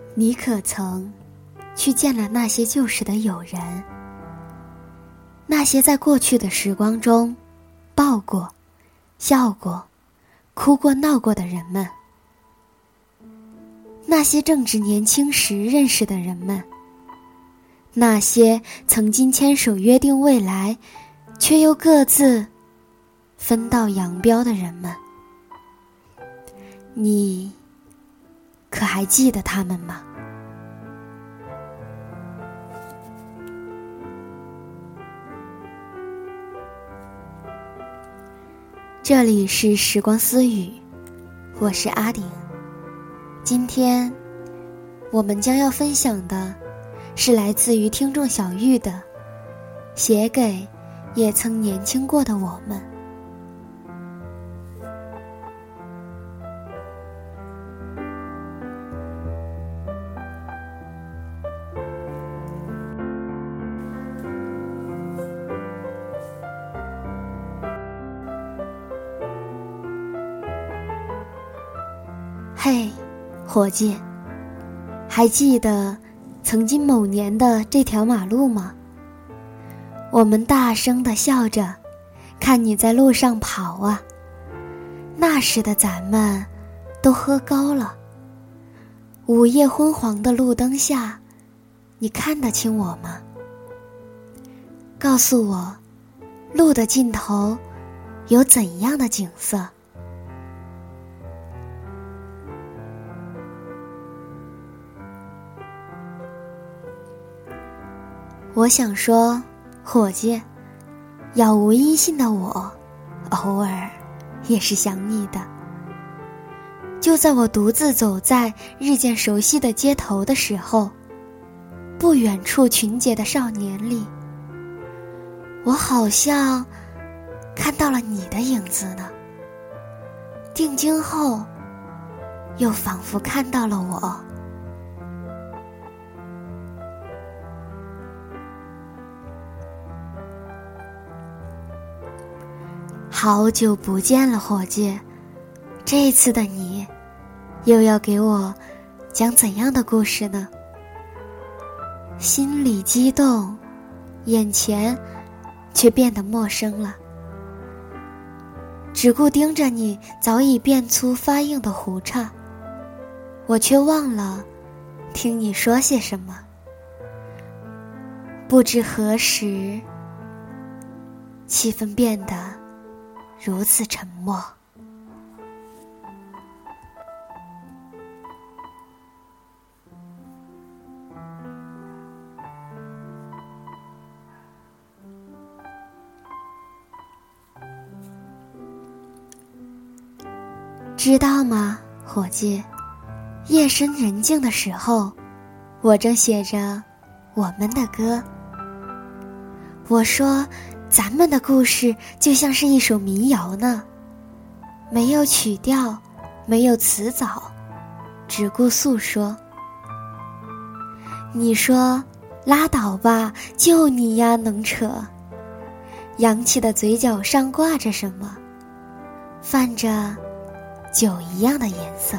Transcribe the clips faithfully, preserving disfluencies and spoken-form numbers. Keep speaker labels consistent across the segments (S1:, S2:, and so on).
S1: 你可曾去见了那些旧时的友人，那些在过去的时光中抱过、笑过、哭过、闹过的人们，那些正值年轻时认识的人们，那些曾经牵手约定未来却又各自分道扬镳的人们，你可还记得他们吗？这里是时光私语，我是阿顶。今天我们将要分享的是来自于听众小玉的写给也曾年轻过的我们。嘿，伙计，还记得曾经某年的这条马路吗？我们大声地笑着看你在路上跑啊，那时的咱们都喝高了，午夜昏黄的路灯下，你看得清我吗？告诉我，路的尽头有怎样的景色？我想说，伙计，杳无音信的我，偶尔也是想你的。就在我独自走在日渐熟悉的街头的时候，不远处群结的少年里，我好像看到了你的影子呢。定睛后，又仿佛看到了我。好久不见了，伙计，这次的你又要给我讲怎样的故事呢？心里激动，眼前却变得陌生了，只顾盯着你早已变粗发硬的胡茬，我却忘了听你说些什么。不知何时，气氛变得如此沉默。知道吗，伙计，夜深人静的时候，我正写着我们的歌。我说咱们的故事就像是一首民谣呢，没有曲调，没有词藻，只顾诉说。你说拉倒吧，就你呀能扯。扬起的嘴角上挂着什么？泛着酒一样的颜色。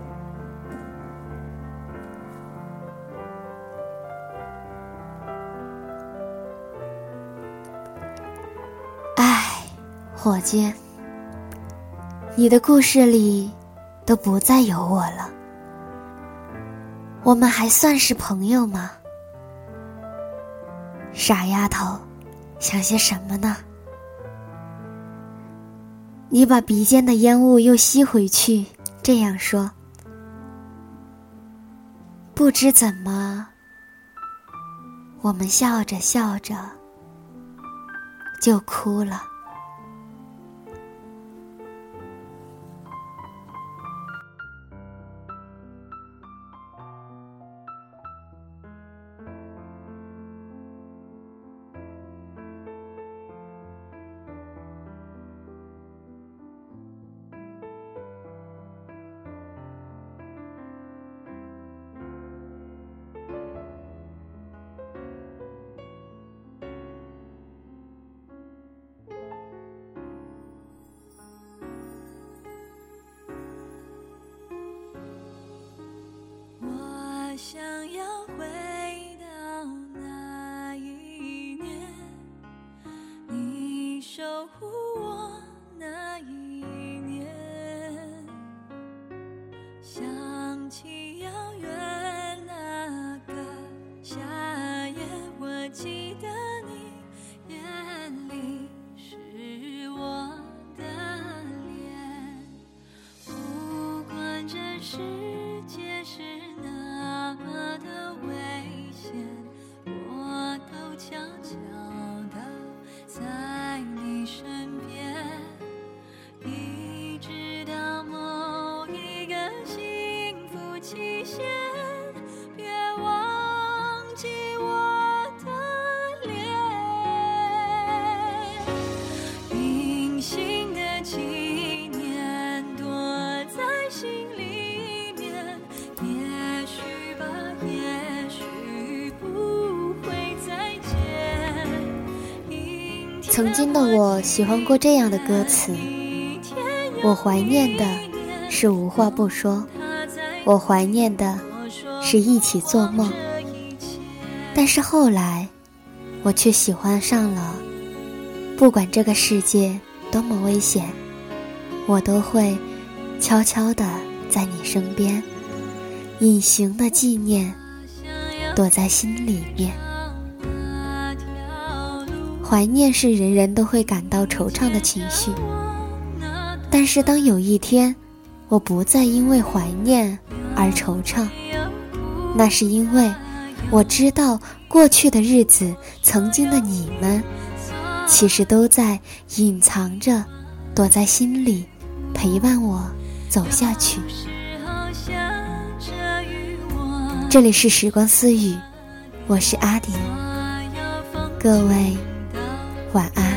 S1: 伙计，你的故事里都不再有我了，我们还算是朋友吗？傻丫头，想些什么呢？你把鼻尖的烟雾又吸回去，这样说。不知怎么，我们笑着笑着就哭了。
S2: 想要回到那一年，你守护我那一年，想起遥远那个夏夜，我记得你眼里是我的脸，不管这世界是那么的危险，我都悄悄地在你身边，一直到某一个幸福期限，别忘记我的脸，隐形的纪念躲在心里面，也许吧，也许不会再见。
S1: 曾经的我喜欢过这样的歌词，我怀念的是无话不说，我怀念的是一起做梦，但是后来我却喜欢上了不管这个世界多么危险，我都会悄悄地在你身边，隐形的纪念躲在心里面。怀念是人人都会感到惆怅的情绪，但是当有一天我不再因为怀念而惆怅，那是因为我知道过去的日子，曾经的你们其实都在隐藏着，躲在心里陪伴我走下去。这里是时光私语，我是阿迪，各位晚安。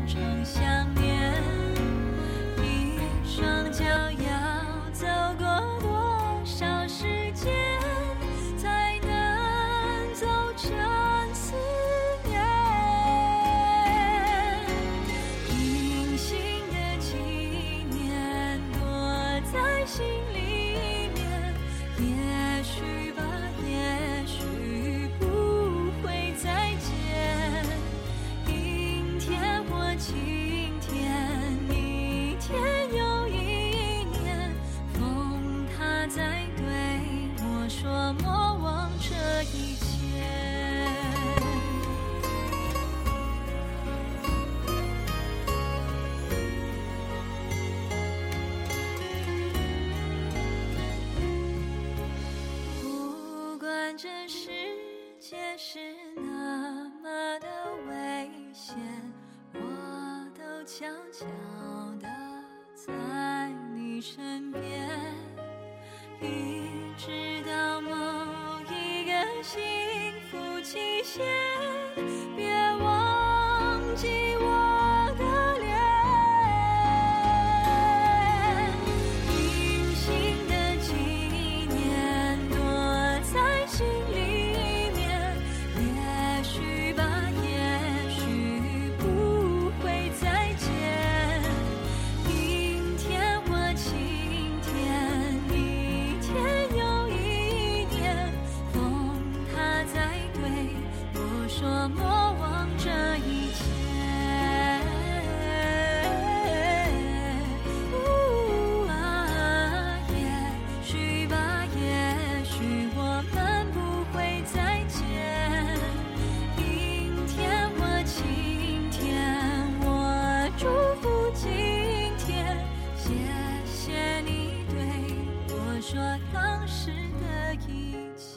S2: 心里面，也许吧，也许不会再见。阴天或晴天，一天又一年，风它在对我说莫忘这一切。这世界是那么的危险，我都悄悄地在你身边，一直到某一个幸福期限，别忘记我的脸，隐形的纪念躲在心里面，也许吧，也许不会再见。阴天或晴天，一天又一年，风它在对我说莫忘这一切。呜啊，也许吧，也许我们不会再见。阴天或晴天，我祝福今天，谢谢你对我说当时的一切。